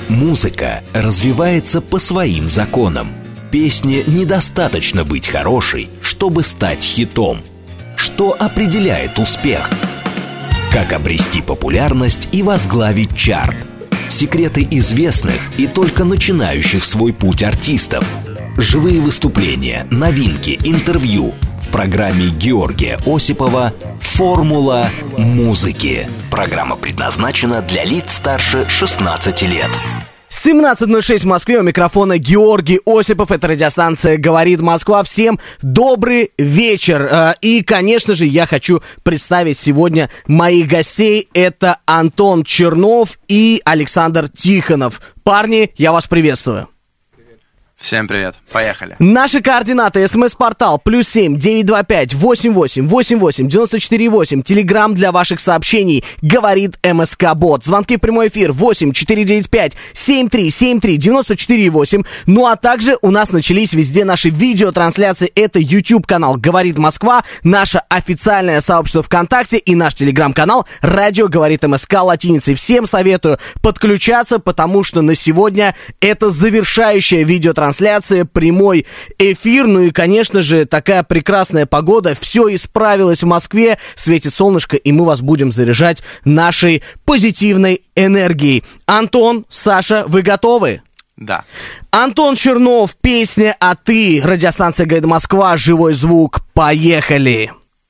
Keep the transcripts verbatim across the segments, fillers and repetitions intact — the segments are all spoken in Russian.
Музыка развивается по своим законам. Песне недостаточно быть хорошей, чтобы стать хитом. Что определяет успех? Как обрести популярность и возглавить чарт? Секреты известных и только начинающих свой путь артистов. Живые выступления, новинки, интервью. В программе Георгия Осипова «Формула музыки». Программа предназначена для лиц старше шестнадцати лет. семнадцать ноль шесть в Москве, у микрофона Георгий Осипов, это радиостанция «Говорит Москва». Всем добрый вечер. И, конечно же, я хочу представить сегодня моих гостей. Это Антон Чернов и Александр Тихонов. Парни, я вас приветствую. Всем привет, поехали. Наши координаты: смс-портал плюс семь девятьсот двадцать пять восемьдесят восемь восемьдесят восемь девяносто четыре восемь. Телеграм для ваших сообщений говорит МСК-бот. Звонки в прямой эфир восемь четыре девять пять семь три семь три девяносто четыре восемь. Ну а также у нас начались везде наши видеотрансляции. Это YouTube-канал «Говорит Москва», наше официальное сообщество ВКонтакте и наш телеграм-канал «Радио говорит МСК» латиницей. Всем советую подключаться, потому что на сегодня это завершающая видеотрансляция. Трансляция, прямой эфир, ну и, конечно же, такая прекрасная погода. Все исправилось в Москве, светит солнышко, и мы вас будем заряжать нашей позитивной энергией. Антон, Саша, вы готовы? Да. Антон Чернов, песня «А ты», радиостанция «Говорит Москва», живой звук, поехали!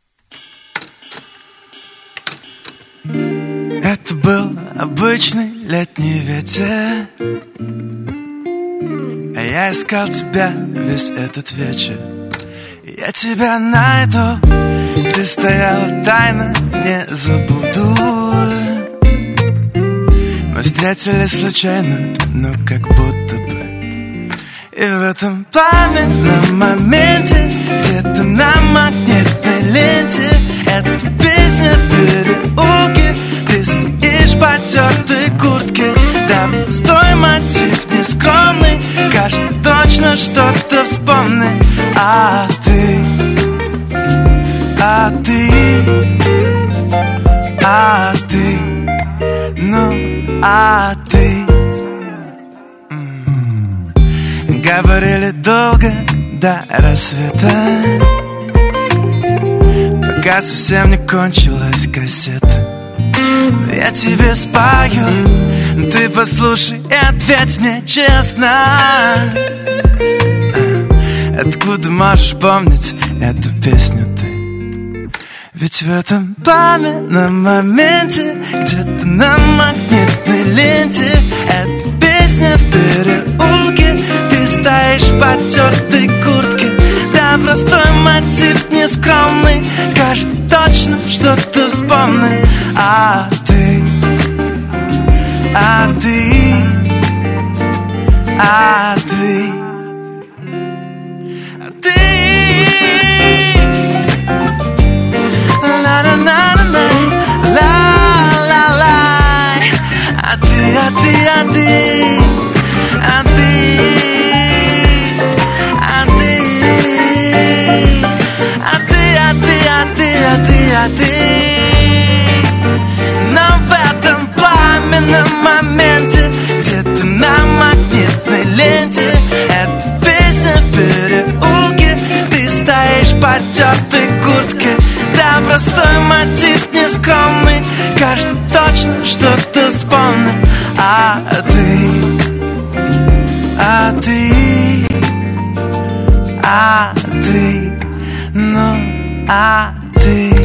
Это был обычный летний ветер, а я искал тебя весь этот вечер. Я тебя найду, ты стояла тайно, не забуду. Мы встретились случайно, но как будто бы. И в этом памятном моменте, где-то на магнитной ленте, эта песня в переулке. Ты стоишь в потертой куртке, да, стой, мотив нескромный. Каждый точно что-то вспомнит. А ты, а ты, а ты, ну, а ты. М-м-м. Говорили долго до рассвета, пока совсем не кончилась кассета. Но я тебе спою, ты послушай и ответь мне честно. Откуда можешь помнить эту песню ты? Ведь в этом памятном моменте, где-то на магнитной ленте, эта песня в переулке. Ты стоишь в потертой куртке, да, простой мотив нескромный. Каждый точно что-то вспомнит. А ты, а ты, а ты, а ты. Ла-ла-ла-ла-ла, ла-ла-ла. А ты, а ты, а ты, а ты, а ты, а ты, а ты, а ты, а ты, а ты. Но в этом пламенном моменте, где-то на магнитной ленте, эта песня в переулке. Ты стоишь в потертой куртке, да, простой мотив нескромный. Каждый точно что-то вспомнит. А ты, а ты, а ты, ну, а ты.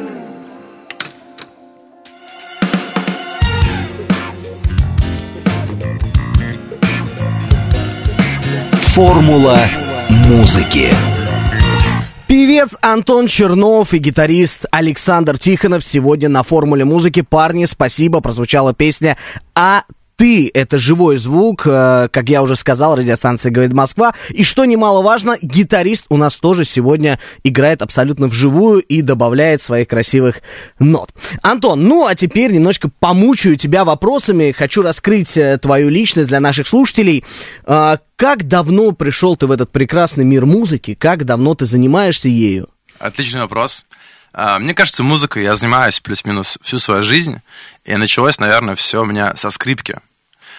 Формула музыки. Певец Антон Чернов и гитарист Александр Тихонов сегодня на «Формуле музыки». Парни, спасибо, прозвучала песня «А ты». Это живой звук, как я уже сказал, радиостанция «Говорит Москва». И что немаловажно, гитарист у нас тоже сегодня играет абсолютно вживую и добавляет своих красивых нот. Антон, ну а теперь немножко помучаю тебя вопросами. Хочу раскрыть твою личность для наших слушателей. Как давно пришел ты в этот прекрасный мир музыки? Как давно ты занимаешься ею? Отличный вопрос. Мне кажется, музыкой я занимаюсь плюс-минус всю свою жизнь. И началось, наверное, все у меня со скрипки.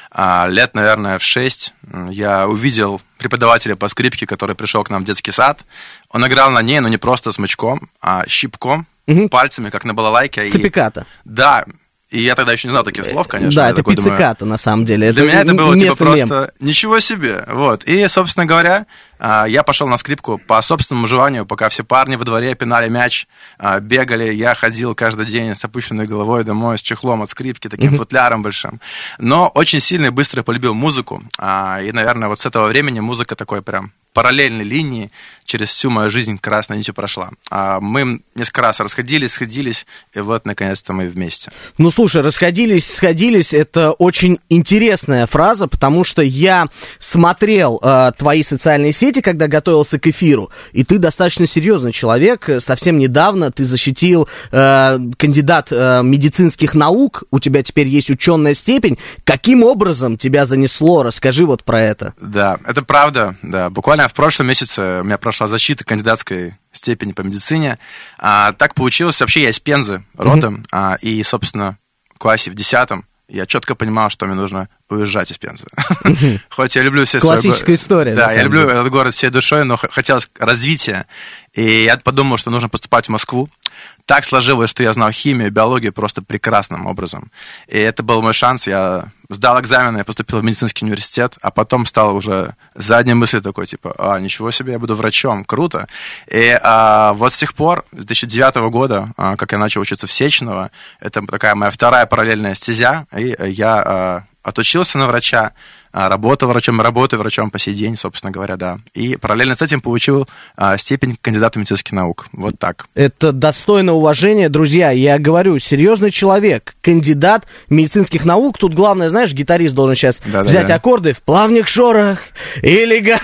лет, наверное, в шесть я увидел преподавателя по скрипке, который пришел к нам в детский сад. Он играл на ней, но не просто смычком, а щипком, угу. пальцами, как на балалайке. Ципиката. И... Да. И я тогда еще не знал таких слов, конечно. Да, это такой, пицциката, думаю, на самом деле. Для это меня это было типа просто мем. Ничего себе. Вот. И, собственно говоря, я пошел на скрипку по собственному желанию, пока все парни во дворе пинали мяч, бегали. Я ходил каждый день с опущенной головой домой, с чехлом от скрипки, таким mm-hmm. футляром большим. Но очень сильно и быстро полюбил музыку. И, наверное, вот с этого времени музыка такой прям параллельной линии через всю мою жизнь красной нитью прошла. Мы несколько раз расходились, сходились, и вот, наконец-то, мы вместе. Ну, слушай, расходились, сходились, это очень интересная фраза, потому что я смотрел э, твои социальные сети, когда готовился к эфиру, и ты достаточно серьезный человек. Совсем недавно ты защитил э, кандидат э, медицинских наук, у тебя теперь есть ученая степень. Каким образом тебя занесло? Расскажи вот про это. Да, это правда, да. Буквально в прошлом месяце у меня прошла защита кандидатской степени по медицине. А, так получилось. Вообще я из Пензы родом, mm-hmm. а, и, собственно, в классе в десятом я четко понимал, что мне нужно уезжать из Пензы. Mm-hmm. Хоть я люблю все... Классическая история. Да, я люблю этот город всей душой, но хотелось развития. И я подумал, что нужно поступать в Москву. Так сложилось, что я знал химию, биологию просто прекрасным образом. И это был мой шанс. Я сдал экзамены, я поступил в медицинский университет, а потом стал уже задней мыслью такой, типа, а, ничего себе, я буду врачом, круто. И а, вот с тех пор, с две тысячи девятого года, а, как я начал учиться в Сеченово, это такая моя вторая параллельная стезя, и я а, отучился на врача, работал врачом, работаю врачом по сей день, собственно говоря, да. И параллельно с этим получил а, степень кандидата медицинских наук. Вот так. Это достойно уважения, друзья. Я говорю, серьезный человек, кандидат медицинских наук. Тут главное, знаешь, гитарист должен сейчас да, взять да, да. аккорды в плавных шорах или...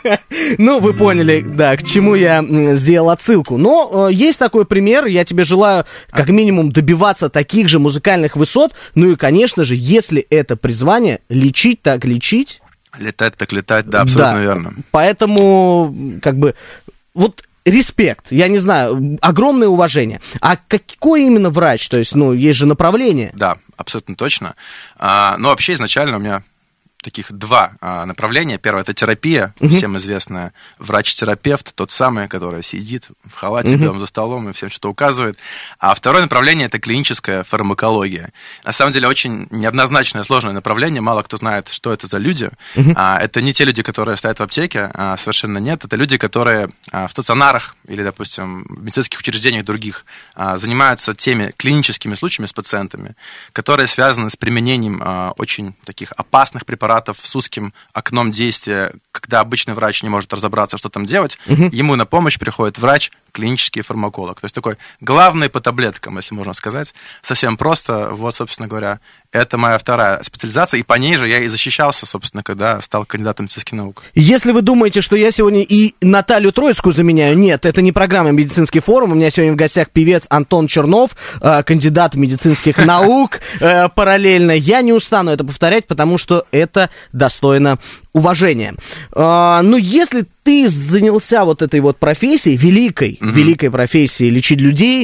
Ну, вы поняли, да, к чему я сделал отсылку. Но есть такой пример. Я тебе желаю, как минимум, добиваться таких же музыкальных высот. Ну и, конечно же, если это призвание, лечить так лечить. Летать так летать, да, абсолютно да. верно. Поэтому, как бы, вот респект, я не знаю, огромное уважение. А какой именно врач? То есть, ну, есть же направление. Да, абсолютно точно. А, ну, вообще, изначально у меня таких два а, направления. Первое – это терапия, uh-huh. всем известная. Врач-терапевт, тот самый, который сидит в халате, uh-huh. за столом и всем что-то указывает. А второе направление – это клиническая фармакология. На самом деле, очень неоднозначное, сложное направление. Мало кто знает, что это за люди. Uh-huh. А, это не те люди, которые стоят в аптеке, а, совершенно нет. Это люди, которые а, в стационарах или, допустим, в медицинских учреждениях других а, занимаются теми клиническими случаями с пациентами, которые связаны с применением а, очень таких опасных препаратов, с узким окном действия, когда обычный врач не может разобраться, что там делать, угу. ему на помощь приходит врач, клинический фармаколог. То есть такой главный по таблеткам, если можно сказать. Совсем просто. Вот, собственно говоря, это моя вторая специализация, и по ней же я и защищался, собственно, когда стал кандидатом медицинских наук. Если вы думаете, что я сегодня и Наталью Троицкую заменяю, нет, это не программа «Медицинский форум». У меня сегодня в гостях певец Антон Чернов, кандидат медицинских наук. Параллельно я не устану это повторять, потому что это достойно уважения. Ну, если ты занялся вот этой вот профессией, великой, mm-hmm. великой профессией лечить людей,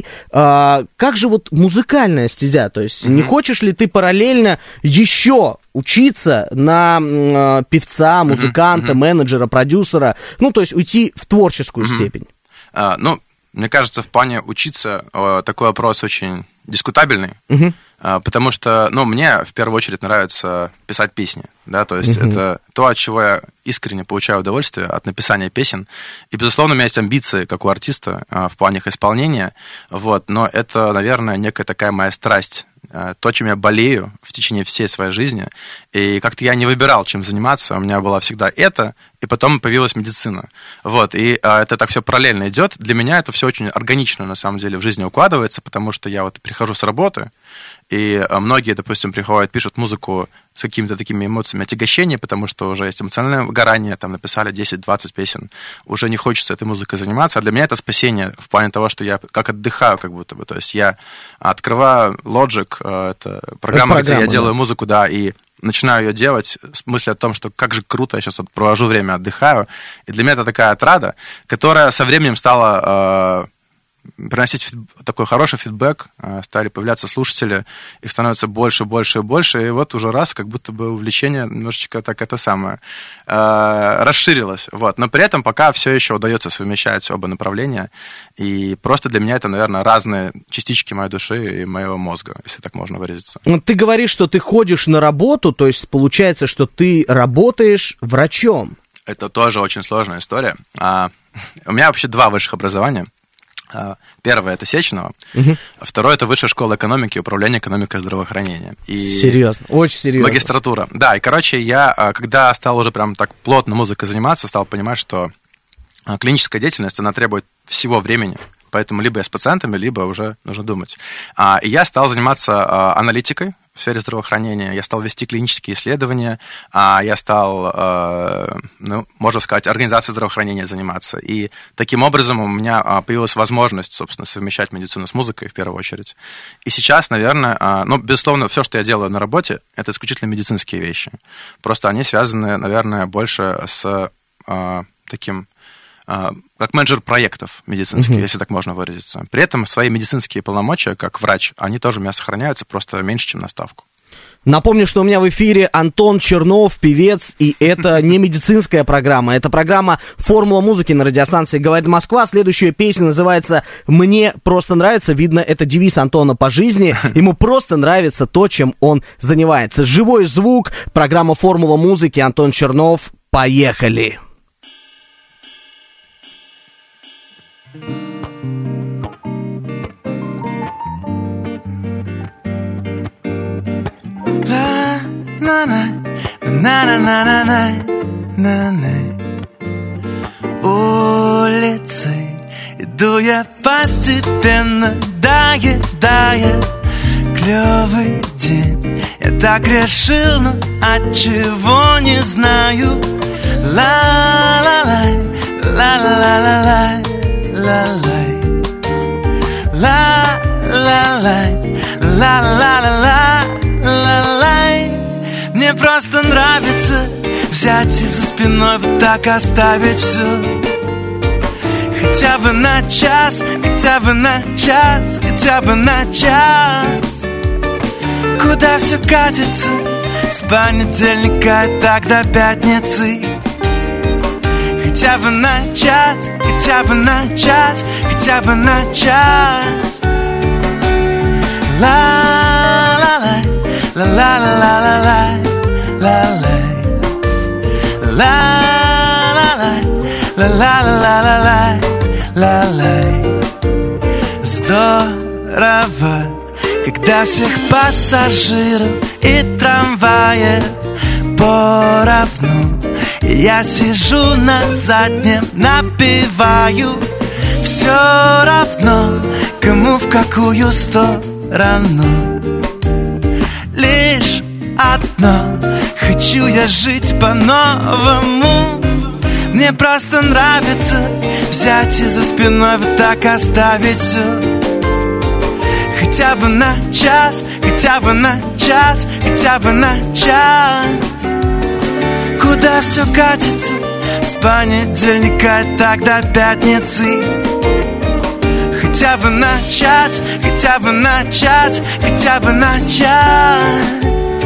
как же вот музыкальная стезя? То есть mm-hmm. не хочешь ли ты параллельно еще учиться на э, певца, музыканта, mm-hmm. менеджера, продюсера, ну, то есть уйти в творческую mm-hmm. степень? Uh, ну, мне кажется, в плане учиться uh, такой вопрос очень дискутабельный, uh-huh. uh, потому что, ну, мне в первую очередь нравится писать песни, да, то есть uh-huh. это то, от чего я искренне получаю удовольствие, от написания песен, и, безусловно, у меня есть амбиции, как у артиста, uh, в плане их исполнения, вот, но это, наверное, некая такая моя страсть, то, чем я болею в течение всей своей жизни. И как-то я не выбирал, чем заниматься. У меня была всегда это, и потом появилась медицина. Вот, и а, это так все параллельно идет. Для меня это все очень органично, на самом деле, в жизни укладывается, потому что я вот прихожу с работы, и а, многие, допустим, приходят, пишут музыку с какими-то такими эмоциями отягощения, потому что уже есть эмоциональное выгорание, там написали десять-двадцать песен, уже не хочется этой музыкой заниматься, а для меня это спасение в плане того, что я как отдыхаю как будто бы, то есть я открываю Logic, это программа, это программа где я да. делаю музыку, да, и начинаю ее делать с мыслью о том, что как же круто, я сейчас вот провожу время, отдыхаю, и для меня это такая отрада, которая со временем стала... приносить фид... такой хороший фидбэк, стали появляться слушатели, их становится больше, больше и больше, и вот уже раз, как будто бы увлечение немножечко так это самое расширилось. Вот. Но при этом пока все еще удается совмещать оба направления, и просто для меня это, наверное, разные частички моей души и моего мозга, если так можно выразиться. Ты говоришь, что ты ходишь на работу, то есть получается, что ты работаешь врачом. Это тоже очень сложная история. А, у меня вообще два высших образования. А, первое – это Сеченова. Угу. Второе – это Высшая школа экономики и управления экономикой здравоохранения. И серьезно, очень серьезно. Магистратура. Да, и, короче, я, когда стал уже прям так плотно музыкой заниматься, стал понимать, что клиническая деятельность, она требует всего времени. Поэтому либо я с пациентами, либо уже нужно думать. А, и я стал заниматься а, аналитикой в сфере здравоохранения, я стал вести клинические исследования, а, я стал, а, ну, можно сказать, организацией здравоохранения заниматься. И таким образом у меня а, появилась возможность, собственно, совмещать медицину с музыкой в первую очередь. И сейчас, наверное, а, ну, безусловно, все, что я делаю на работе, это исключительно медицинские вещи. Просто они связаны, наверное, больше с а, таким... как менеджер проектов медицинских, uh-huh. если так можно выразиться. При этом свои медицинские полномочия, как врач, они тоже у меня сохраняются, просто меньше, чем на ставку. Напомню, что у меня в эфире Антон Чернов, певец, и это не медицинская программа, это программа «Формула музыки» на радиостанции «Говорит Москва». Следующая песня называется «Мне просто нравится». Видно, это девиз Антона по жизни. Ему просто нравится то, чем он занимается. Живой звук, программа «Формула музыки», Антон Чернов. Поехали! Улицей иду я постепенно, доедая клёвый день. Я так решил, но отчего не знаю. Ла-ла-лай, ла-ла-ла-лай, ла-лай, ла-ла-лай, ла-ла-ла-ла, ла-лай. Мне просто нравится взять и за спиной вот так оставить все. Хотя бы на час, хотя бы на час, хотя бы на час. Куда все катится с понедельника и так до пятницы. Хотя бы на час, хотя бы на час, хотя бы на час. Ла-ла-лай, ла-ла-ла-ла-лай, ла-лай, ла-ла-лай, ла-ла-ла-ла-лай, ла-лай. Здорово, когда всех пассажиров и трамваев поровну. Я сижу на заднем, напеваю. Все равно, кому в какую сторону. Лишь одно, хочу я жить по-новому. Мне просто нравится взять и за спиной вот так оставить все. Хотя бы на час, хотя бы на час, хотя бы на час. Куда все катится с понедельника и так до пятницы. Хотя бы начать, хотя бы начать, хотя бы начать.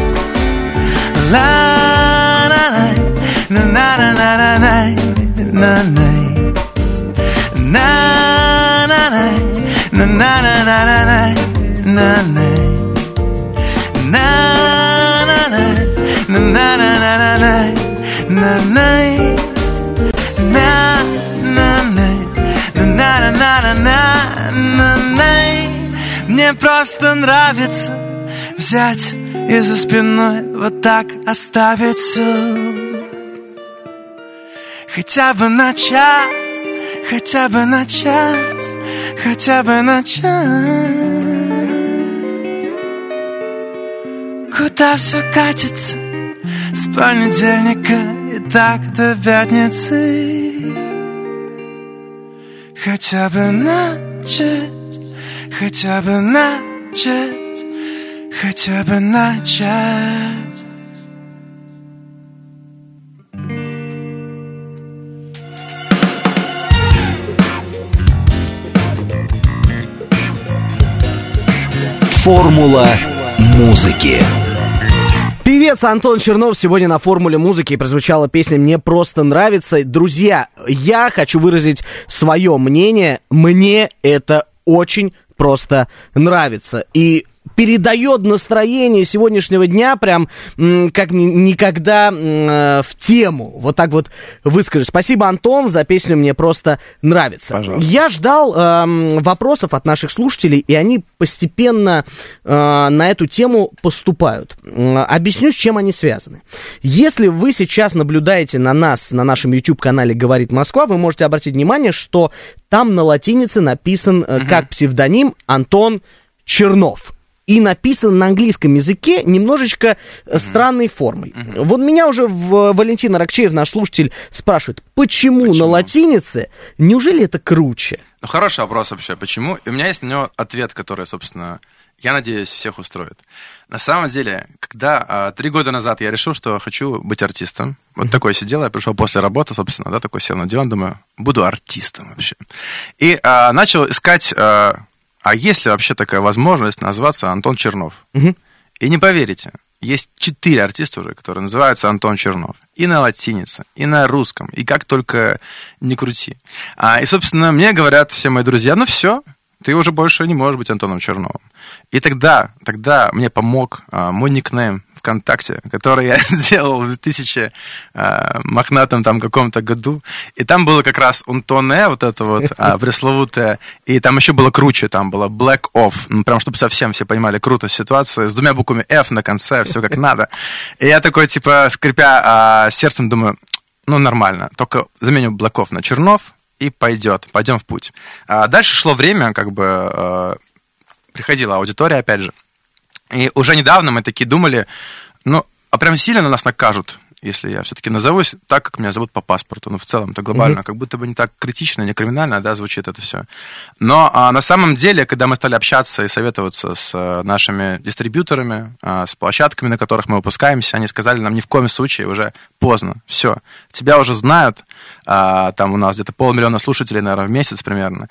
Ла-ла-лай, на-на-на-на-на-най, на-най, на-на-най, на-на-на-на-най, на-най, на-на-най, на-на-на-на-най, на-най, на-на-най, на-на-на-на-на-най. Мне просто нравится взять и за спиной вот так оставить все. Хотя бы на час, хотя бы на час, хотя бы на час. Куда все катится с понедельника и так до пятницы. Хотя бы начать, хотя бы начать, хотя бы начать. Формула музыки. Привет, Антон Чернов. Сегодня на «Формуле музыки» прозвучала песня «Мне просто нравится». Друзья, я хочу выразить свое мнение. Мне это очень просто нравится. И передает настроение сегодняшнего дня прям м, как ни, никогда м, э, в тему. Вот так вот выскажу. Спасибо, Антон, за песню «Мне просто нравится». Пожалуйста. Я ждал э, вопросов от наших слушателей, и они постепенно э, на эту тему поступают. Э, объясню, с чем они связаны. Если вы сейчас наблюдаете на нас, на нашем YouTube-канале «Говорит Москва», вы можете обратить внимание, что там на латинице написан э, как псевдоним Антон Чернов. И написано на английском языке немножечко mm-hmm. странной формой. Mm-hmm. Вот меня уже в, Валентин Аракчеев, наш слушатель, спрашивает, почему, почему на латинице, неужели это круче? Ну, хороший вопрос вообще, почему? И у меня есть на него ответ, который, собственно, я надеюсь, всех устроит. На самом деле, когда а, три года назад я решил, что хочу быть артистом, вот mm-hmm. такой сидел, я пришел после работы, собственно, да, такой сел на диван, думаю, буду артистом вообще. И а, начал искать... А, А есть ли вообще такая возможность назваться Антон Чернов? Угу. И не поверите, есть четыре артиста уже, которые называются Антон Чернов. И на латинице, и на русском, и как только не крути. А, и, собственно, мне говорят все мои друзья, ну все, ты уже больше не можешь быть Антоном Черновым. И тогда, тогда мне помог а, мой никнейм ВКонтакте, который я сделал в две тысячи мохнатом там каком-то году. И там было как раз Унтоне, вот это вот а, пресловутое. И там еще было круче, там было Black Off. Ну, прям, чтобы совсем все понимали, круто ситуация. С двумя буквами F на конце, все как надо. И я такой, типа, скрипя а, сердцем, думаю, ну, нормально. Только заменю Black Off на Чернов, и пойдет, пойдем в путь. А дальше шло время, как бы а, приходила аудитория, опять же. И уже недавно мы такие думали, ну, а прям сильно на нас накажут, если я все-таки назовусь так, как меня зовут по паспорту. Ну, в целом-то глобально, mm-hmm. как будто бы не так критично, не криминально, да, звучит это все. Но а, на самом деле, когда мы стали общаться и советоваться с а, нашими дистрибьюторами, а, с площадками, на которых мы выпускаемся, они сказали нам, ни в коем случае, уже поздно, все, тебя уже знают, а, там у нас где-то полмиллиона слушателей, наверное, в месяц примерно,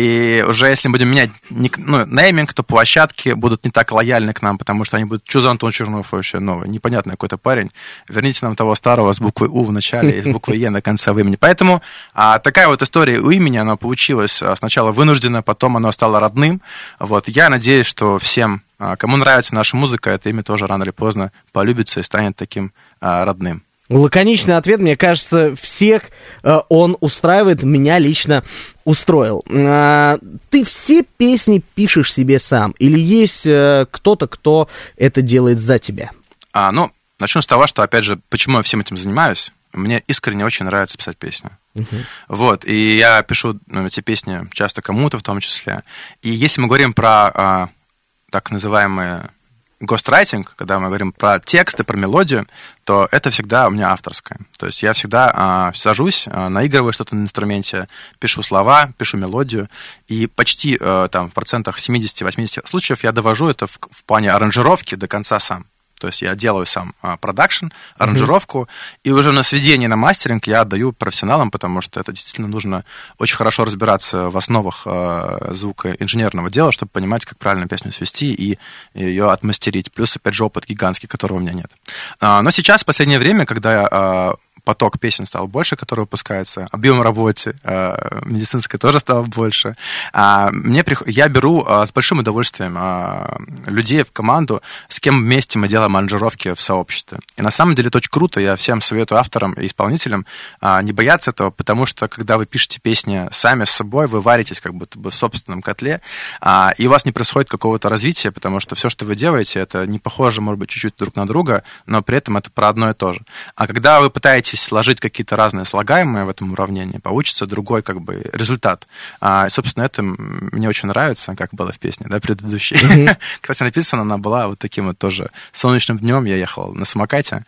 и уже если мы будем менять ну, нейминг, то площадки будут не так лояльны к нам, потому что они будут, что за Антон Чернов вообще новый, непонятный какой-то парень, верните нам того старого с буквой У в начале и с буквой Е на конце в имени. Поэтому а, такая вот история у имени, она получилась а, сначала вынужденно, потом оно стало родным. Вот. Я надеюсь, что всем, а, кому нравится наша музыка, это имя тоже рано или поздно полюбится и станет таким а, родным. Лаконичный ответ, мне кажется, всех э, он устраивает, меня лично устроил. Э, ты все песни пишешь себе сам? Или есть э, кто-то, кто это делает за тебя? А, ну, начну с того, что, опять же, почему я всем этим занимаюсь. Мне искренне очень нравится писать песни. Uh-huh. Вот, и я пишу ну, эти песни часто кому-то в том числе. И если мы говорим про а, так называемые гострайтинг, когда мы говорим про тексты, про мелодию, то это всегда у меня авторское. То есть я всегда а, сажусь, а, наигрываю что-то на инструменте, пишу слова, пишу мелодию, и почти а, там, в процентах семьдесят-восемьдесят случаев я довожу это в, в плане аранжировки до конца сам. То есть я делаю сам продакшн, аранжировку, mm-hmm. и уже на сведение, на мастеринг я отдаю профессионалам, потому что это действительно нужно очень хорошо разбираться в основах э, звукоинженерного дела, чтобы понимать, как правильно песню свести и ее отмастерить. Плюс, опять же, опыт гигантский, которого у меня нет. А, но сейчас, в последнее время, когда я... поток песен стал больше, которые выпускаются, объем работы э, медицинской тоже стал больше. А, мне прих... Я беру э, с большим удовольствием э, людей в команду, с кем вместе мы делаем аранжировки в сообществе. И на самом деле это очень круто, я всем советую авторам и исполнителям э, не бояться этого, потому что когда вы пишете песни сами с собой, вы варитесь как будто бы в собственном котле, э, и у вас не происходит какого-то развития, потому что все, что вы делаете, это не похоже, может быть, чуть-чуть друг на друга, но при этом это про одно и то же. А когда вы пытаетесь сложить какие-то разные слагаемые в этом уравнении, получится другой как бы результат. А, и, собственно, это мне очень нравится, как было в песне, да, предыдущей. Mm-hmm. Кстати, написана она была вот таким вот тоже солнечным днем. Я ехал на самокате,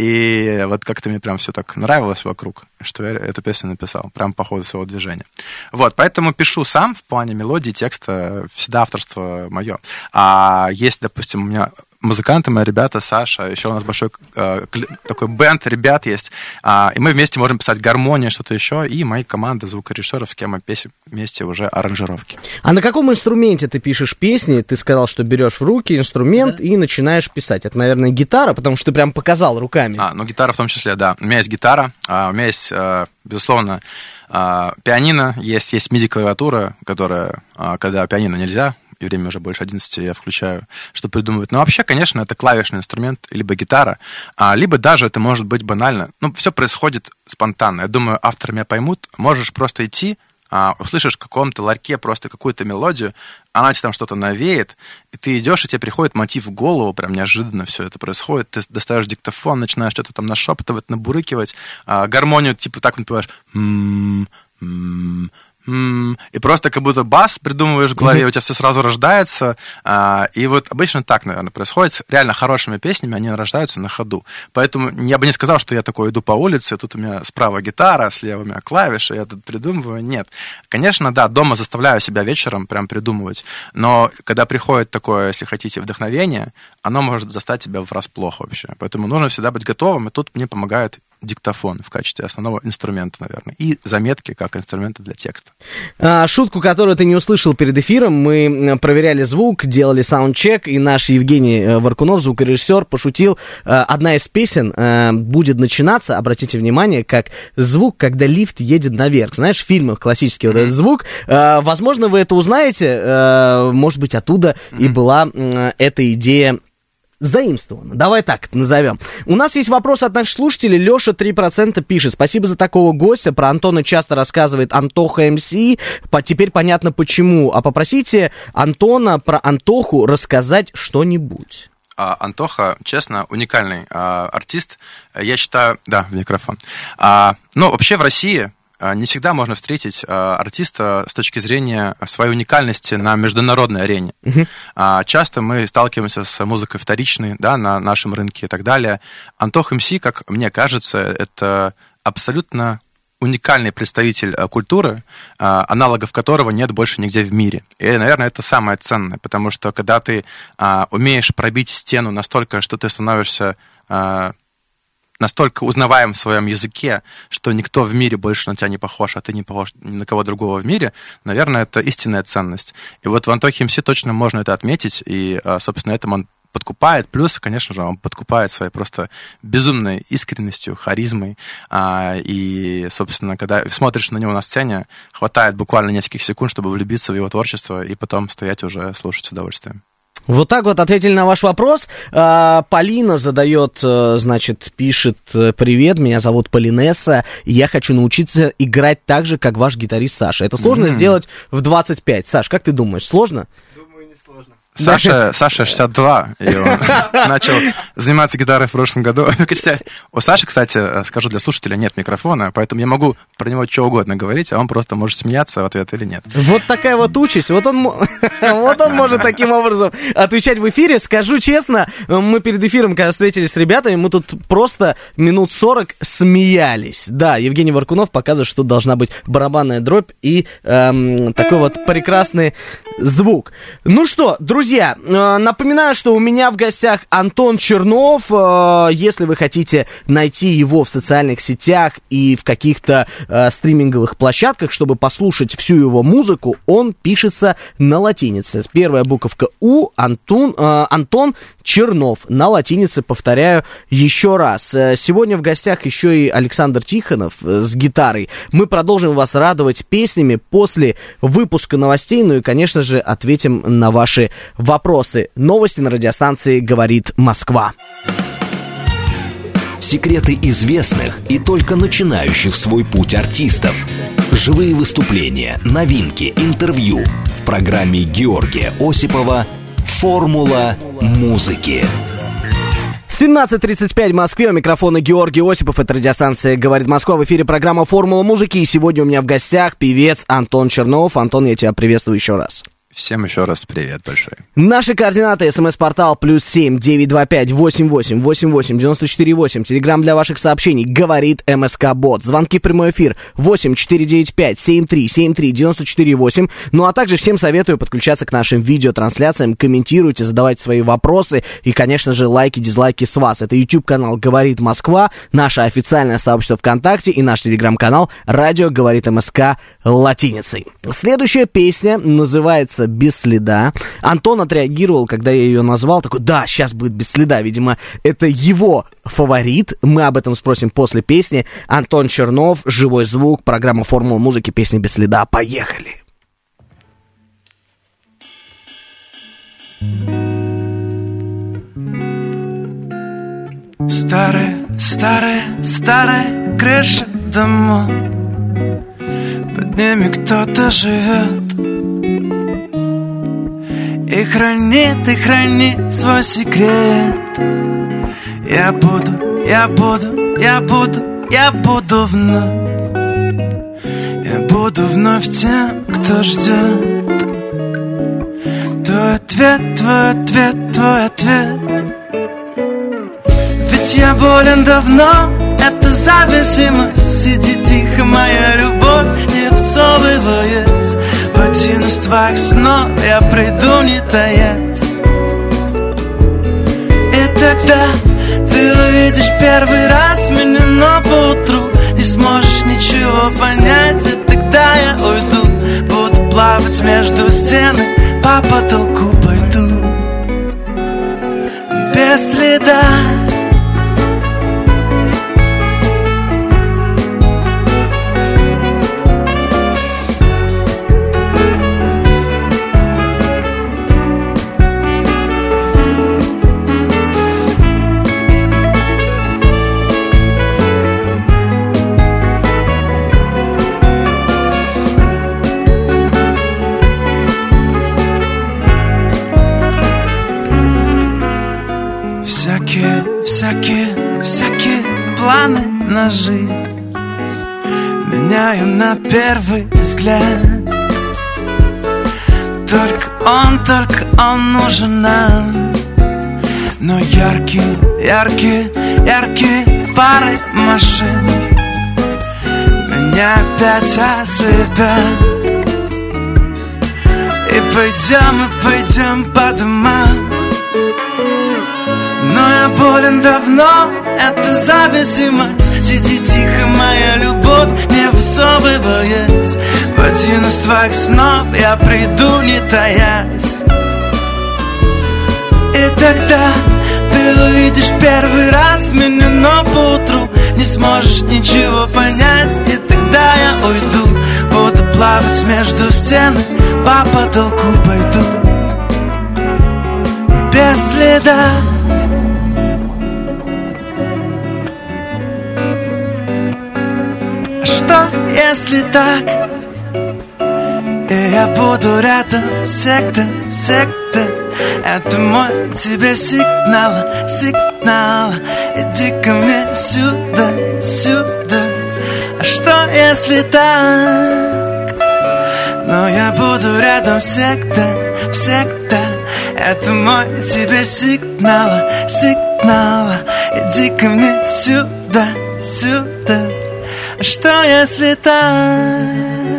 и вот как-то мне прям все так нравилось вокруг, что я эту песню написал, прям по ходу своего движения. Вот, поэтому пишу сам в плане мелодии, текста, всегда авторство мое. А есть, допустим, у меня музыканты мои ребята, Саша, еще у нас большой э, такой бенд ребят есть, э, и мы вместе можем писать гармонию, что-то еще, и мои команды звукорежиссеров, с кем мы песим вместе уже аранжировки. А на каком инструменте ты пишешь песни? Ты сказал, что берешь в руки инструмент, да, и начинаешь писать. Это, наверное, гитара, потому что ты прям показал руками. А, ну гитара в том числе, да. У меня есть гитара, а, у меня есть, а, безусловно, а, пианино, есть, есть миди-клавиатура, которая, а, когда пианино нельзя, и время уже больше одиннадцати, я включаю, что придумывать. Но вообще, конечно, это клавишный инструмент, либо гитара, а, либо даже это может быть банально. Ну, все происходит спонтанно. Я думаю, авторы меня поймут. Можешь просто идти, а, услышишь в каком-то ларьке просто какую-то мелодию, она тебе там что-то навеет, и ты идешь, и тебе приходит мотив в голову, прям неожиданно все это происходит. Ты достаешь диктофон, начинаешь что-то там нашептывать, набурыкивать, а, гармонию, типа так напеваешь. М-м-м, м-м-м. И просто как будто бас придумываешь в голове, у тебя все сразу рождается. И вот обычно так, наверное, происходит. С реально хорошими песнями они рождаются на ходу. Поэтому я бы не сказал, что я такой иду по улице, тут у меня справа гитара, слева у меня клавиши, я тут придумываю. Нет. Конечно, да, дома заставляю себя вечером прям придумывать. Но когда приходит такое, если хотите, вдохновение, оно может застать тебя врасплох вообще. Поэтому нужно всегда быть готовым, и тут мне помогает диктофон в качестве основного инструмента, наверное, и заметки как инструменты для текста. А, шутку, которую ты не услышал перед эфиром, мы проверяли звук, делали саундчек, и наш Евгений Варкунов, звукорежиссер, пошутил. Одна из песен будет начинаться, обратите внимание, как звук, когда лифт едет наверх. Знаешь, в фильмах классический вот этот звук. Возможно, вы это узнаете, может быть, оттуда и была эта идея заимствовано. Давай так это назовем. У нас есть вопрос от наших слушателей. Леша три процента пишет. Спасибо за такого гостя. Про Антона часто рассказывает Антоха МС. Теперь понятно почему. А попросите Антона про Антоху рассказать что-нибудь. А, Антоха, честно, уникальный а, артист. Я считаю... Да, в микрофон. А, ну, вообще в России не всегда можно встретить артиста с точки зрения своей уникальности на международной арене. Uh-huh. Часто мы сталкиваемся с музыкой вторичной, да, на нашем рынке и так далее. Антох МС, как мне кажется, это абсолютно уникальный представитель культуры, аналогов которого нет больше нигде в мире. И, наверное, это самое ценное, потому что когда ты умеешь пробить стену настолько, что ты становишься настолько узнаваем в своем языке, что никто в мире больше на тебя не похож, а ты не похож ни на кого другого в мире, наверное, это истинная ценность. И вот в Антохе МС точно можно это отметить, и, собственно, этим он подкупает. Плюс, конечно же, он подкупает своей просто безумной искренностью, харизмой. И, собственно, когда смотришь на него на сцене, хватает буквально нескольких секунд, чтобы влюбиться в его творчество и потом стоять уже слушать с удовольствием. Вот так вот ответили на ваш вопрос. А, Полина задает, значит, пишет: привет, меня зовут Полинесса, и я хочу научиться играть так же, как ваш гитарист Саша. Это сложно mm-hmm. сделать в двадцать пять. Саш, как ты думаешь, сложно? Думаю, не сложно. Саша, Саша шестьдесят два, и он начал заниматься гитарой в прошлом году. У Саши, кстати, скажу для слушателя, нет микрофона, поэтому я могу про него что угодно говорить, а он просто может смеяться в ответ или нет. Вот такая вот участь. Вот он, вот он может таким образом отвечать в эфире. Скажу честно, мы перед эфиром, когда встретились с ребятами, мы тут просто минут сорок смеялись. Да, Евгений Варкунов показывает, что должна быть барабанная дробь и эм, такой вот прекрасный звук. Ну что, друзья, Друзья, напоминаю, что у меня в гостях Антон Чернов. Если вы хотите найти его в социальных сетях и в каких-то стриминговых площадках, чтобы послушать всю его музыку, он пишется на латинице. Первая буковка У, Антон, Антон Чернов. На латинице, повторяю еще раз. Сегодня в гостях еще и Александр Тихонов с гитарой. Мы продолжим вас радовать песнями после выпуска новостей, ну и, конечно же, ответим на ваши вопросы. Новости на радиостанции «Говорит Москва». Секреты известных и только начинающих свой путь артистов. Живые выступления, новинки, интервью. В программе Георгия Осипова «Формула музыки». семнадцать тридцать пять в Москве, у микрофона Георгий Осипов, это радиостанция «Говорит Москва», в эфире программа «Формула музыки», и сегодня у меня в гостях певец Антон Чернов. Антон, я тебя приветствую еще раз. Всем еще раз привет большой. Наши координаты: смс-портал плюс семь девятьсот двадцать пять восемьдесят восемь восемьдесят восемь девяносто четыре восемь. Телеграм для ваших сообщений говорит МСК-бот. Звонки в прямой эфир восемь четыре девять пять семь три семь три девяносто четыре восемь. Ну а также всем советую подключаться к нашим видеотрансляциям. Комментируйте, задавайте свои вопросы. И, конечно же, лайки, дизлайки с вас. Это YouTube-канал «Говорит Москва», наше официальное сообщество ВКонтакте и наш телеграм-канал «Радио говорит МСК» латиницей. Следующая песня называется «Без следа». Антон отреагировал, когда я ее назвал, такой: да, сейчас будет «Без следа». Видимо, это его фаворит. Мы об этом спросим после песни. Антон Чернов, «Живой звук», программа «Формула музыки», песня «Без следа». Поехали! Старая, старая, старая крыша домов, под ними кто-то живет и хранит, и хранит свой секрет. Я буду, я буду, я буду, я буду вновь, я буду вновь тем, кто ждет. Твой ответ, твой ответ, твой ответ. Ведь я болен давно, это зависимость. Сиди тихо, моя любовь, не всовываясь. В один из твоих снов я приду, не таясь. И тогда ты увидишь первый раз меня, но поутру не сможешь ничего понять. И тогда я уйду, буду плавать между стены, по потолку пойду без следа. Всякие, всякие планы на жизнь меняю на первый взгляд. Только он, только он нужен нам. Но яркие, яркие, яркие фары машин меня опять ослепят. И пойдем, и пойдем по домам. Но я болен давно, это зависимость. Сиди тихо, моя любовь, не высовываясь. В один из твоих снов я приду, не таясь. И тогда ты увидишь первый раз меня, но поутру не сможешь ничего понять. И тогда я уйду, буду плавать между стены, по потолку пойду без следа. Что, если так? И я буду рядом всегда, всегда. Это мой тебе сигнал, сигнал. Иди ко мне сюда, сюда. А что, если так? Но я буду рядом всегда, всегда. Это мой тебе сигнал, сигнал. Иди ко мне сюда, сюда. А что, если так?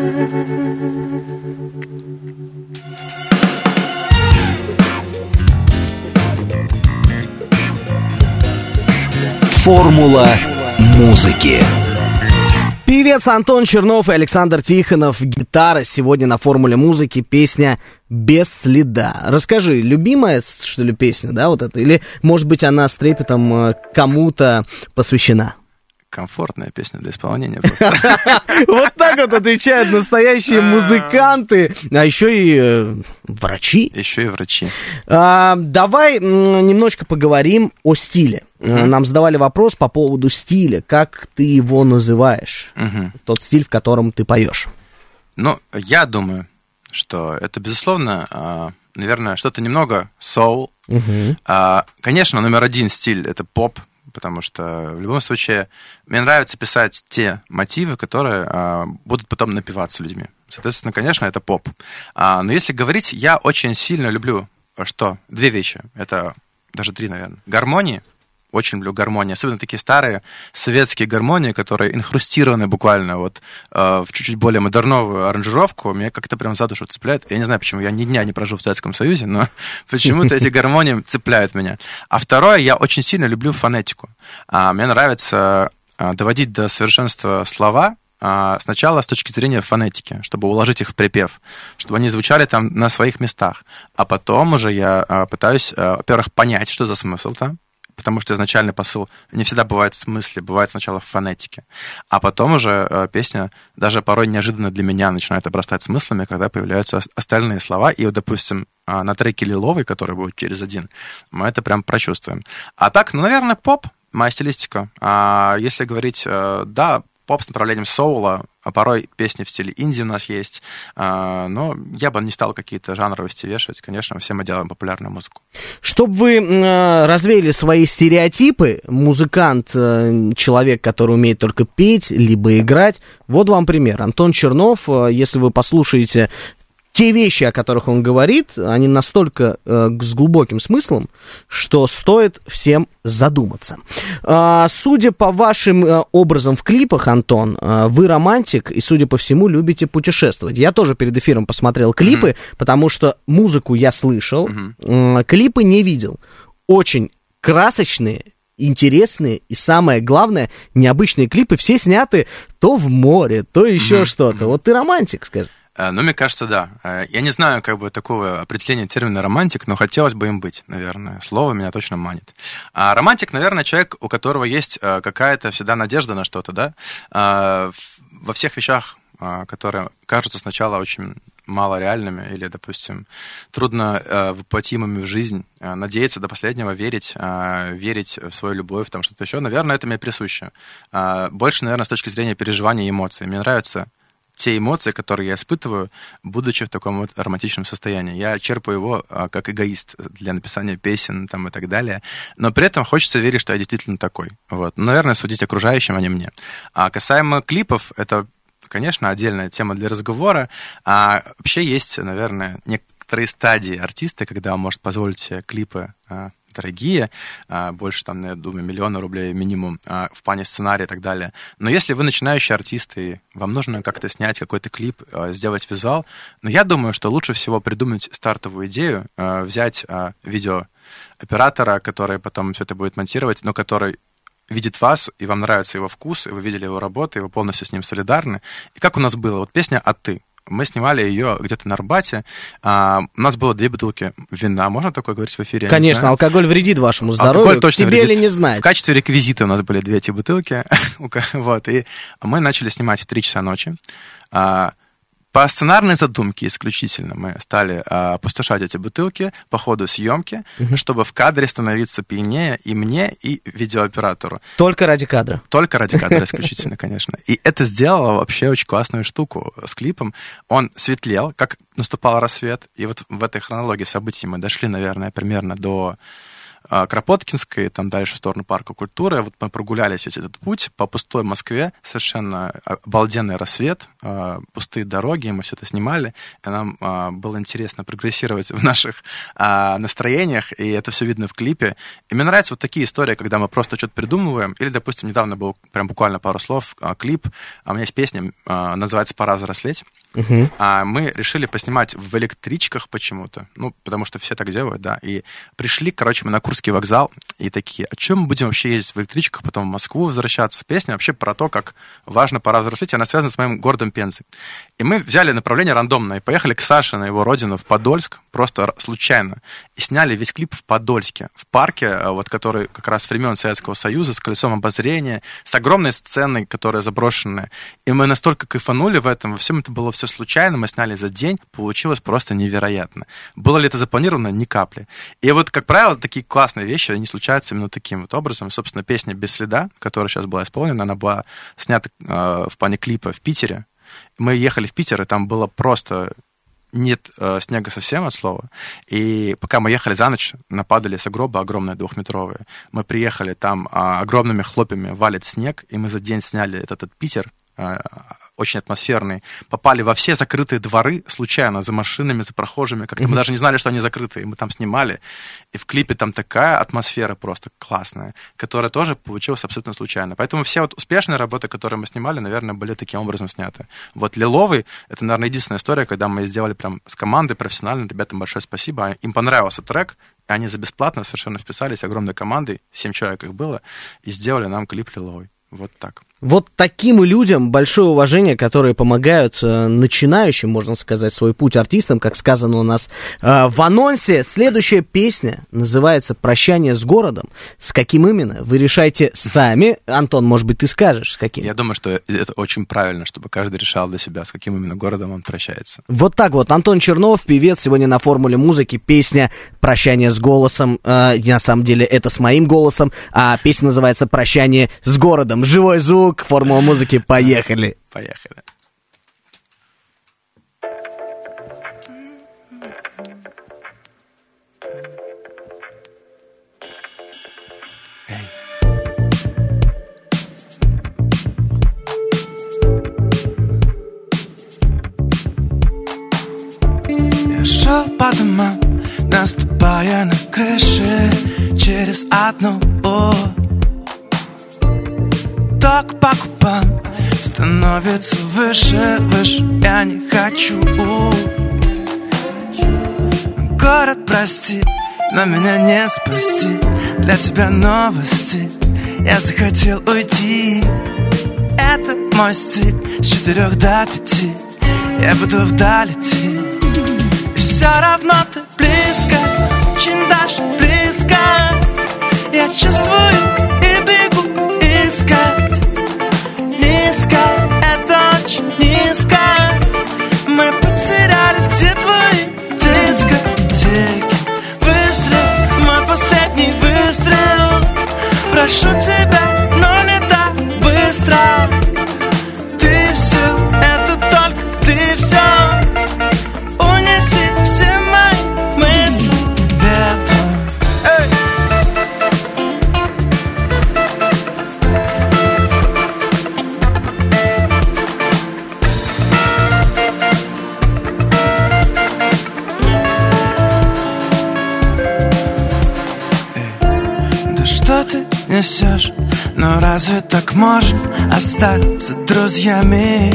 Формула музыки. Певец Антон Чернов и Александр Тихонов. Гитара сегодня на «Формуле музыки». Песня «Без следа». Расскажи, любимая, что ли, песня, да, вот это? Или, может быть, она с трепетом кому-то посвящена? Комфортная песня для исполнения просто. Вот так вот отвечают настоящие музыканты, а еще и врачи. Еще и врачи. Давай немножко поговорим о стиле. Нам задавали вопрос по поводу стиля. Как ты его называешь? Тот стиль, в котором ты поешь. Ну, я думаю, что это, безусловно, наверное, что-то немного соул. Конечно, номер один стиль — это поп, потому что в любом случае мне нравится писать те мотивы, которые а, будут потом напеваться людьми. Соответственно, конечно, это поп. А, но если говорить, я очень сильно люблю что? Две вещи. Это даже три, наверное. Гармонии. Очень люблю гармонии, особенно такие старые советские гармонии, которые инхрустированы буквально вот э, в чуть-чуть более модерновую аранжировку. Меня как-то прям за душу цепляет. Я не знаю, почему, я ни дня не прожил в Советском Союзе, но почему-то эти гармонии цепляют меня. А второе, я очень сильно люблю фонетику. А, мне нравится а, доводить до совершенства слова, а, сначала с точки зрения фонетики, чтобы уложить их в припев, чтобы они звучали там на своих местах. А потом уже я а, пытаюсь, а, во-первых, понять, что за смысл там, потому что изначальный посыл не всегда бывает в смысле, бывает сначала в фонетике. А потом уже э, песня даже порой неожиданно для меня начинает обрастать смыслами, когда появляются остальные слова. И вот, допустим, э, на треке «Лиловый», который будет через один, мы это прям прочувствуем. А так, ну, наверное, поп, моя стилистика. А если говорить, э, да, поп с направлением соула, а порой песни в стиле инди у нас есть, но я бы не стал какие-то жанровости вешать. Конечно, все мы делаем популярную музыку. Чтобы вы развеяли свои стереотипы, музыкант, человек, который умеет только петь, либо играть, вот вам пример. Антон Чернов, если вы послушаете те вещи, о которых он говорит, они настолько э, с глубоким смыслом, что стоит всем задуматься. А, судя по вашим э, образам в клипах, Антон, э, вы романтик и, судя по всему, любите путешествовать. Я тоже перед эфиром посмотрел клипы, mm-hmm. потому что музыку я слышал, mm-hmm. э, клипы не видел. Очень красочные, интересные и, самое главное, необычные клипы. Все сняты то в море, то еще mm-hmm. что-то. Вот ты романтик, скажи. Ну, мне кажется, да. Я не знаю, как бы, такого определения термина «романтик», но хотелось бы им быть, наверное. Слово меня точно манит. А романтик, наверное, человек, у которого есть какая-то всегда надежда на что-то, да? Во всех вещах, которые кажутся сначала очень малореальными или, допустим, трудно воплотимыми в жизнь, надеяться до последнего, верить, верить в свою любовь, там что-то еще. Наверное, это мне присуще. Больше, наверное, с точки зрения переживания и эмоций. Мне нравится те эмоции, которые я испытываю, будучи в таком вот романтичном состоянии. Я черпаю его а, как эгоист для написания песен там, и так далее. Но при этом хочется верить, что я действительно такой. Вот. Ну, наверное, судить окружающим, а не мне. А касаемо клипов, это, конечно, отдельная тема для разговора. А вообще есть, наверное, некоторые стадии артиста, когда он может позволить себе клипы а, дорогие, больше, там, я думаю, миллиона рублей минимум в плане сценария и так далее. Но если вы начинающий артист, и вам нужно как-то снять какой-то клип, сделать визуал, но я думаю, что лучше всего придумать стартовую идею, взять видеооператора, который потом все это будет монтировать, но который видит вас, и вам нравится его вкус, и вы видели его работу, и вы полностью с ним солидарны. И как у нас было? Вот песня «А ты». Мы снимали ее где-то на Арбате. А, у нас было две бутылки вина. Можно такое говорить в эфире? Конечно, алкоголь вредит вашему здоровью. Алкоголь точно тебе вредит. Или не знать. В качестве реквизита у нас были две эти бутылки. Вот. И мы начали снимать в три часа ночи. А, по сценарной задумке исключительно мы стали а, опустошать эти бутылки по ходу съемки, угу. чтобы в кадре становиться пьянее и мне, и видеооператору. Только ради кадра. Только ради кадра исключительно, конечно. И это сделало вообще очень классную штуку с клипом. Он светлел, как наступал рассвет. И вот в этой хронологии событий мы дошли, наверное, примерно до Кропоткинской, там дальше в сторону Парка культуры. Вот мы прогулялись весь этот путь по пустой Москве, совершенно обалденный рассвет, пустые дороги, мы все это снимали, и нам было интересно прогрессировать в наших настроениях, и это все видно в клипе. И мне нравятся вот такие истории, когда мы просто что-то придумываем, или, допустим, недавно был прям буквально пару слов, клип, у меня есть песня, называется «Пора взрослеть». Uh-huh. А мы решили поснимать в электричках почему-то, ну, потому что все так делают, да, и пришли, короче, мы на Курский вокзал, и такие, а чем мы будем вообще ездить в электричках, потом в Москву возвращаться? Песня вообще про то, как важно пора взрослеть, она связана с моим городом Пензой. И мы взяли направление рандомное, и поехали к Саше на его родину, в Подольск, просто случайно, и сняли весь клип в Подольске, в парке, вот, который как раз времен Советского Союза, с колесом обозрения, с огромной сценой, которая заброшенная. И мы настолько кайфанули в этом, во всем это было все случайно, мы сняли за день, получилось просто невероятно. Было ли это запланировано? Ни капли. И вот, как правило, такие классные вещи, они случаются именно таким вот образом. Собственно, песня «Без следа», которая сейчас была исполнена, она была снята э, в плане клипа в Питере. Мы ехали в Питер, и там было просто нет э, снега совсем от слова. И пока мы ехали за ночь, нападали сугробы огромные, двухметровые. Мы приехали, там э, огромными хлопьями валит снег, и мы за день сняли этот, этот Питер, э, очень атмосферный, попали во все закрытые дворы случайно, за машинами, за прохожими, как-то mm-hmm. мы даже не знали, что они закрыты, и мы там снимали, и в клипе там такая атмосфера просто классная, которая тоже получилась абсолютно случайно. Поэтому все вот успешные работы, которые мы снимали, наверное, были таким образом сняты. Вот «Лиловый» — это, наверное, единственная история, когда мы сделали прям с командой профессионально, ребятам большое спасибо, им понравился трек, и они за бесплатно совершенно вписались огромной командой, семь человек их было, и сделали нам клип «Лиловый». Вот так. Вот таким людям большое уважение, которые помогают э, начинающим, можно сказать, свой путь артистам, как сказано у нас э, в анонсе. Следующая песня называется «Прощание с городом». С каким именно? Вы решайте сами. Антон, может быть, ты скажешь, с каким? Я думаю, что это очень правильно, чтобы каждый решал для себя, с каким именно городом он прощается. Вот так вот. Антон Чернов, певец, сегодня на «Формуле музыки». Песня «Прощание с голосом». Э, на самом деле, это с моим голосом. А песня называется «Прощание с городом». Живой звук. Формула музыки, поехали. Поехали. Я шел по домам, наступая на крыши через одну. Ток по купам становится выше, выше. Я не хочу. Город, прости, но меня не спасти. Для тебя новости. Я захотел уйти. Это мой стиль. С четырех до пяти я буду вдаль идти. И все равно ты близко, очень даже близко. Я чувствую и бегу искать. Низко, это очень низко. Мы потерялись, где твои дискотеки. Выстрел, мой последний выстрел. Прошу тебя, но не так быстро. Ты все, это только ты все. Унеси все мои мысли ветром. Эй! Что ты несешь? Но разве так можно остаться друзьями?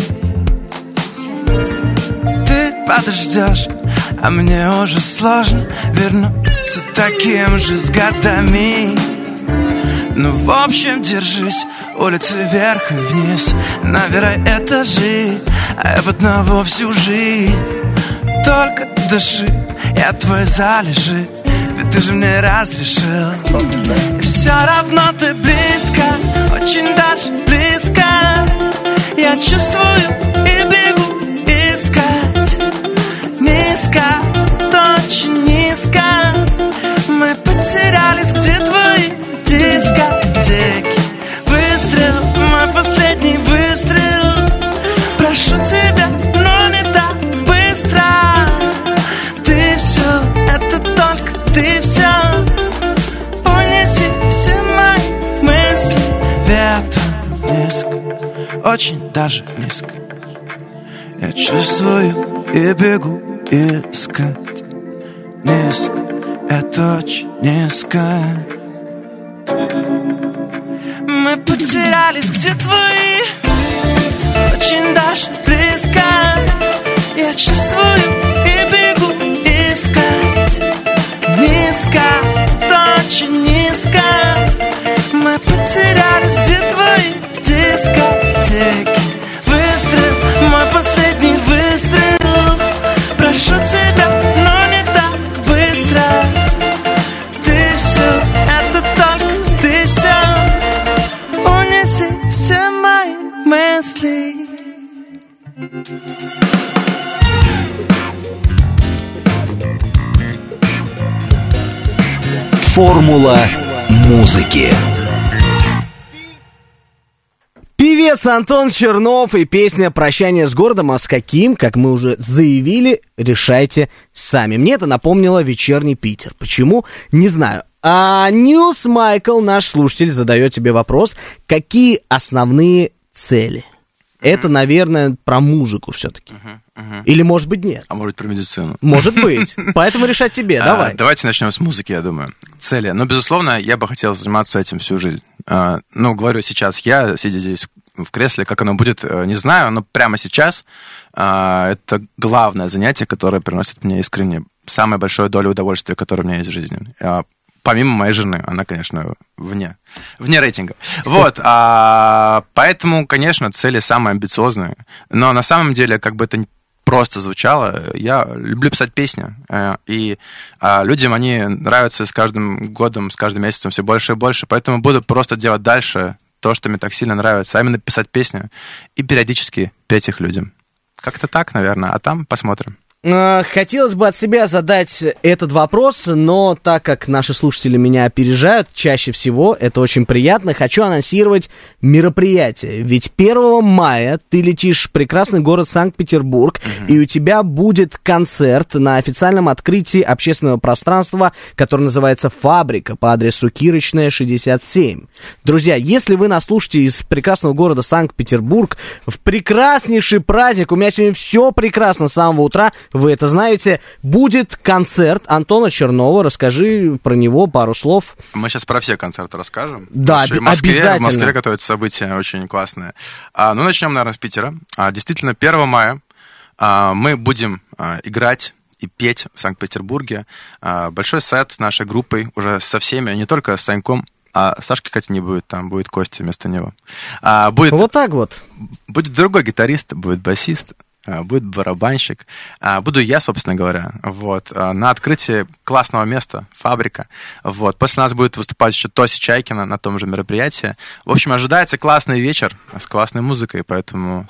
Ты подождешь, а мне уже сложно вернуться таким же с годами. Ну, в общем, держись, улицы вверх и вниз, наверное, этажи, а я в одного всю жизнь. Только дыши, я твой залежи, ведь ты же мне разрешил. И все равно ты близко, очень даже близко. Я чувствую и бегу искать. Низко, очень низко. Мы потерялись, где твои дискотеки. Выстрел, мой последний выстрел. Прошу тебя, но не так быстро. Ты все, это только ты все. Унеси все мои мысли ветром низко, очень даже низко. Я чувствую и бегу искать. Низко, это очень низко. Мы потерялись, где твои, очень даже близко. Я чувствую и бегу искать. Низко, очень низко. Мы потерялись, где твои дискотеки. Выстрел, мой последний выстрел. Прошу тебя, но не так быстро. Ты все, это только ты все. Унеси все мои мысли. Формула музыки. Певец Антон Чернов и песня «Прощание с городом», а с каким, как мы уже заявили, решайте сами. Мне это напомнило «Вечерний Питер». Почему? Не знаю. А Ньюс Майкл, наш слушатель, задает тебе вопрос, какие основные цели? Это, наверное, про музыку все-таки. Uh-huh, uh-huh. Или, может быть, нет? А может, про медицину? Может быть. Поэтому решать тебе. Давай. А, давайте начнем с музыки, я думаю. Цели. Ну, безусловно, я бы хотел заниматься этим всю жизнь. А, ну, говорю сейчас я, сидя здесь в кресле, как оно будет, не знаю, но прямо сейчас а, это главное занятие, которое приносит мне искренне самую большую долю удовольствия, которое у меня есть в жизни. А, помимо моей жены, она, конечно, вне, вне рейтинга. Вот, а, поэтому, конечно, цели самые амбициозные. Но на самом деле, как бы это просто звучало, я люблю писать песни, и а, людям они нравятся с каждым годом, с каждым месяцем все больше и больше, поэтому буду просто делать дальше то, что мне так сильно нравится, а именно писать песни и периодически петь их людям. Как-то так, наверное, а там посмотрим. Хотелось бы от себя задать этот вопрос, но так как наши слушатели меня опережают чаще всего, это очень приятно, хочу анонсировать мероприятие. Ведь первого мая ты летишь в прекрасный город Санкт-Петербург, mm-hmm. и у тебя будет концерт на официальном открытии общественного пространства, которое называется «Фабрика» по адресу Кирочная, шестьдесят семь. Друзья, если вы нас слушаете из прекрасного города Санкт-Петербург, в прекраснейший праздник, у меня сегодня все прекрасно с самого утра, вы это знаете, будет концерт Антона Чернова. Расскажи про него пару слов. Мы сейчас про все концерты расскажем. Да, в Москве, обязательно. В Москве готовятся события очень классные. А, ну, начнем, наверное, с Питера. А, действительно, первого мая а, мы будем а, играть и петь в Санкт-Петербурге. А, большой сет нашей группой уже со всеми, не только с Саньком. А Сашки, кстати, не будет, там будет Костя вместо него. А, будет, вот так вот. Будет другой гитарист, будет басист. Будет барабанщик, буду я, собственно говоря, вот, на открытии классного места, «Фабрика», вот, после нас будет выступать еще Тося Чайкина на том же мероприятии, в общем, ожидается классный вечер с классной музыкой, поэтому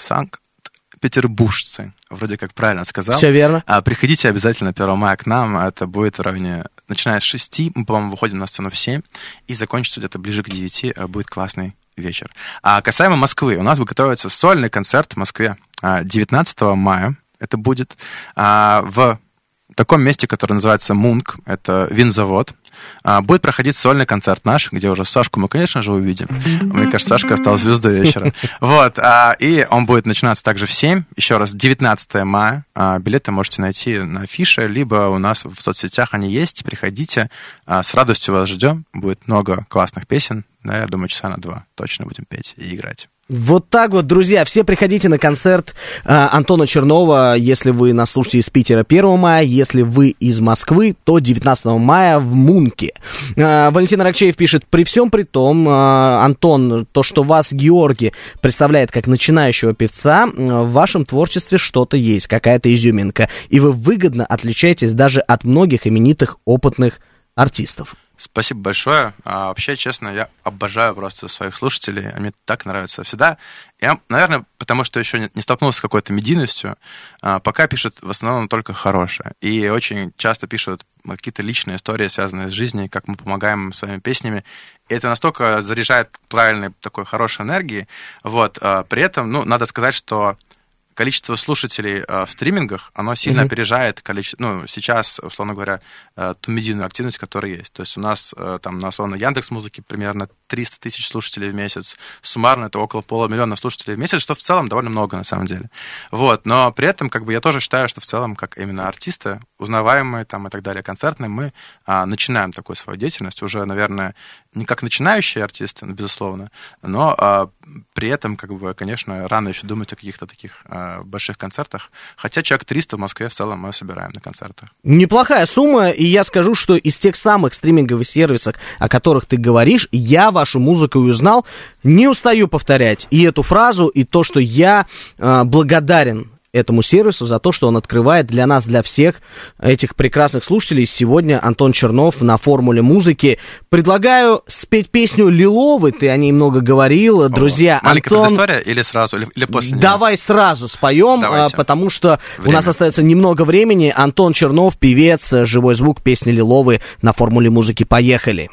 санкт-петербуржцы, вроде как правильно сказал. Все верно. Приходите обязательно первого мая к нам, это будет в районе, начиная с шести, мы, по-моему, выходим на сцену в семь, и закончится где-то ближе к девяти, будет классный вечер. А касаемо Москвы, у нас будет готовиться сольный концерт в Москве девятнадцатого мая. Это будет а, в таком месте, которое называется Мунк, это винзавод. А, будет проходить сольный концерт наш, где уже Сашку мы, конечно же, увидим. Мне кажется, Сашка стала звездой вечера. Вот, а, и он будет начинаться также в семь. Еще раз, девятнадцатого мая. А, билеты можете найти на афише, либо у нас в соцсетях они есть. Приходите. А, с радостью вас ждем. Будет много классных песен. Да, я думаю, часа на два точно будем петь и играть. Вот так вот, друзья, все приходите на концерт э, Антона Чернова, если вы нас слушаете из Питера первого мая, если вы из Москвы, то девятнадцатого мая в Мунке. Э, Валентин Аракчеев пишет: при всем при том, э, Антон, то, что вас Георгий представляет как начинающего певца, э, в вашем творчестве что-то есть, какая-то изюминка, и вы выгодно отличаетесь даже от многих именитых опытных артистов. Спасибо большое. А, вообще, честно, я обожаю просто своих слушателей. Мне так нравится всегда. Я, наверное, потому что еще не столкнулся с какой-то медийностью, а, пока пишут в основном только хорошее. И очень часто пишут какие-то личные истории, связанные с жизнью, как мы помогаем своими песнями. И это настолько заряжает правильной такой хорошей энергией. Вот. А, при этом, ну, надо сказать, что количество слушателей э, в стримингах, оно сильно mm-hmm. опережает количество, ну, сейчас, условно говоря, э, ту медийную активность, которая есть. То есть у нас э, там на, условно, Яндекс.Музыке примерно триста тысяч слушателей в месяц. Суммарно это около полумиллиона слушателей в месяц, что в целом довольно много, на самом деле. Вот. Но при этом, как бы, я тоже считаю, что в целом, как именно артисты, узнаваемые там и так далее, концертные, мы а, начинаем такую свою деятельность уже, наверное, не как начинающие артисты, безусловно, но а, при этом, как бы, конечно, рано еще думать о каких-то таких а, больших концертах. Хотя человек триста в Москве в целом мы собираем на концертах. Неплохая сумма, и я скажу, что из тех самых стриминговых сервисов, о которых ты говоришь, я вашу музыку узнал, не устаю повторять и эту фразу, и то, что я а, благодарен этому сервису за то, что он открывает для нас, для всех этих прекрасных слушателей. Сегодня Антон Чернов на «Формуле музыки». Предлагаю спеть песню Лиловой, ты о ней много говорил. Друзья, О, маленькая Антон... предыстория или сразу, или, или после Давай нее? Сразу споем, Давайте. Потому что Время. У нас остается немного времени. Антон Чернов, певец, живой звук, песни Лиловой на «Формуле музыки». Поехали.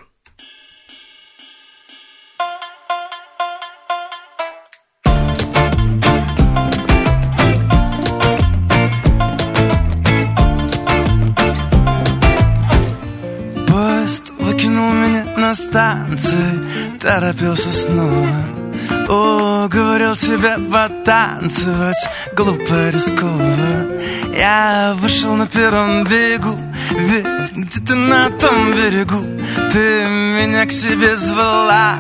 на станции, торопился снова. О, говорил тебе потанцевать, глупо и рисково. Я вышел на первом бегу, ведь где-то на том берегу ты меня к себе звала.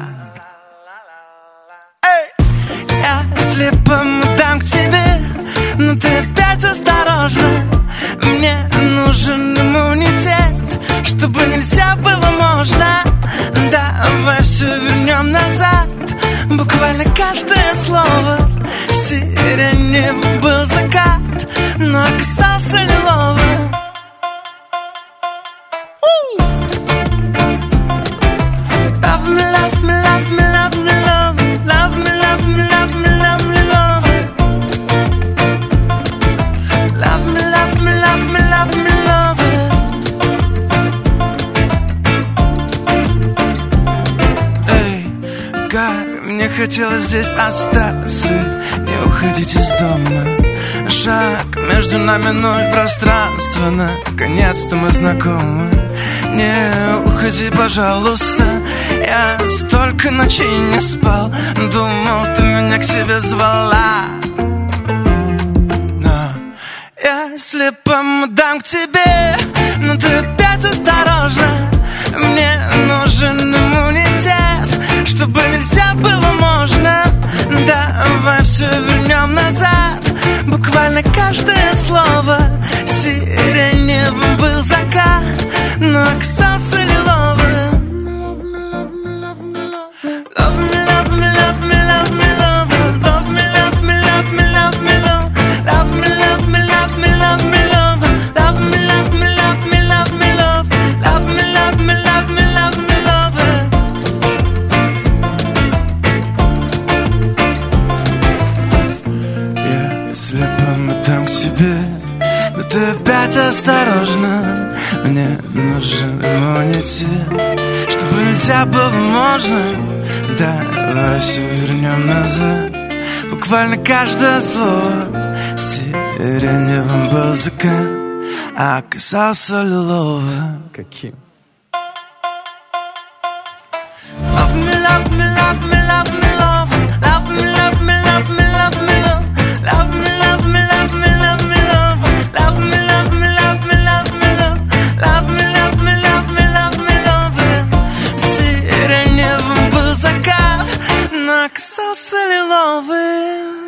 Эй! Я слепым дам к тебе, но ты опять осторожна. Мне нужен иммунитет, чтобы нельзя было можно. Давай все вернем назад, буквально каждое слово. Сиреневым был закат, но оказался лиловым. Love me, love me, love me, love me, love me, love me, love me, love me, love me, love me. Love me, love me, love me, love me, love it. Эй, как мне хотелось здесь остаться, не уходить из дома. Шаг между нами ноль пространства, наконец-то мы знакомы. Не уходи, пожалуйста, я столько ночей не спал, думал, ты меня к себе звала. Но я слепым дам к тебе, но ты опять осторожна. Мне нужен иммунитет, чтобы нельзя было можно. Давай все вернем назад, буквально каждое слово. Сиреневым был закат, но оказался лиловым. Love me, love me, love me, love me, love it. Love me, love me, love me, love me, love. Love me, love me, love me, love me, love. Love me, love me, love me, love me, love. Love me, love me, love me, love me, love it. Я слепым отдам к себе, но ты опять осторожна. Мне нужен иммунитет, чтобы нельзя было можно. Давай все вернем назад, буквально каждое слово. Сиреневым был закат, а оказался лиловым. Каким? Love me, love me, love me, love me, love. Love me, love me, love me, love me, love. Love me, love me, love me, love me, love. Love me, love me, love me, love me, love. Love me, love me, love me, love me, love. Сиреневым был закат, но оказался лиловым.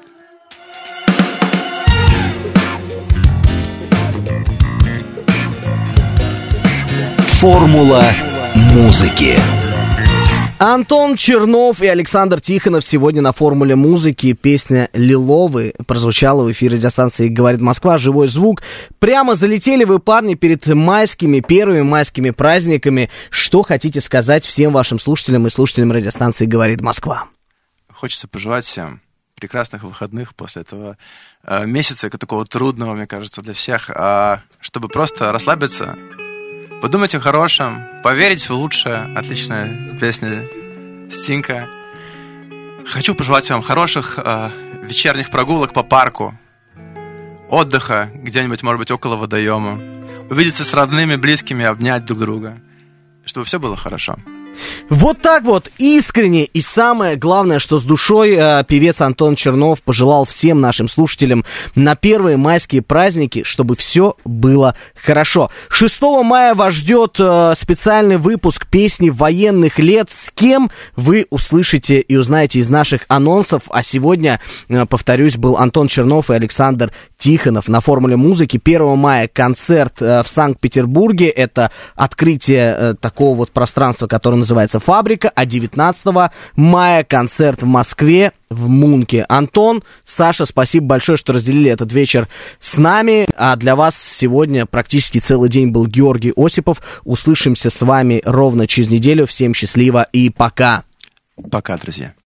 Формула музыки. Антон Чернов и Александр Тихонов сегодня на «Формуле музыки». Песня «Лиловый» прозвучала в эфире радиостанции «Говорит Москва». Живой звук. Прямо залетели вы, парни, перед майскими, первыми майскими праздниками. Что хотите сказать всем вашим слушателям и слушателям радиостанции «Говорит Москва»? Хочется пожелать всем прекрасных выходных после этого э, месяца, такого трудного, мне кажется, для всех, э, чтобы просто расслабиться, подумать о хорошем, поверить в лучшее. Отличная песня Стинка. Хочу пожелать вам хороших э, вечерних прогулок по парку, отдыха где-нибудь, может быть, около водоема, увидеться с родными, близкими, обнять друг друга, чтобы все было хорошо. Вот так вот, искренне и самое главное, что с душой, э, певец Антон Чернов пожелал всем нашим слушателям на первые майские праздники, чтобы все было хорошо. шестого мая вас ждет э, специальный выпуск песни военных лет. С кем вы услышите и узнаете из наших анонсов. А сегодня, э, повторюсь, был Антон Чернов и Александр Тихонов на «Формуле музыки». первого мая концерт э, в Санкт-Петербурге. Это открытие э, такого вот пространства, которое называется «Фабрика», а девятнадцатого мая концерт в Москве в Мунке. Антон, Саша, спасибо большое, что разделили этот вечер с нами, а для вас сегодня практически целый день был Георгий Осипов. Услышимся с вами ровно через неделю. Всем счастливо и пока. Пока, друзья.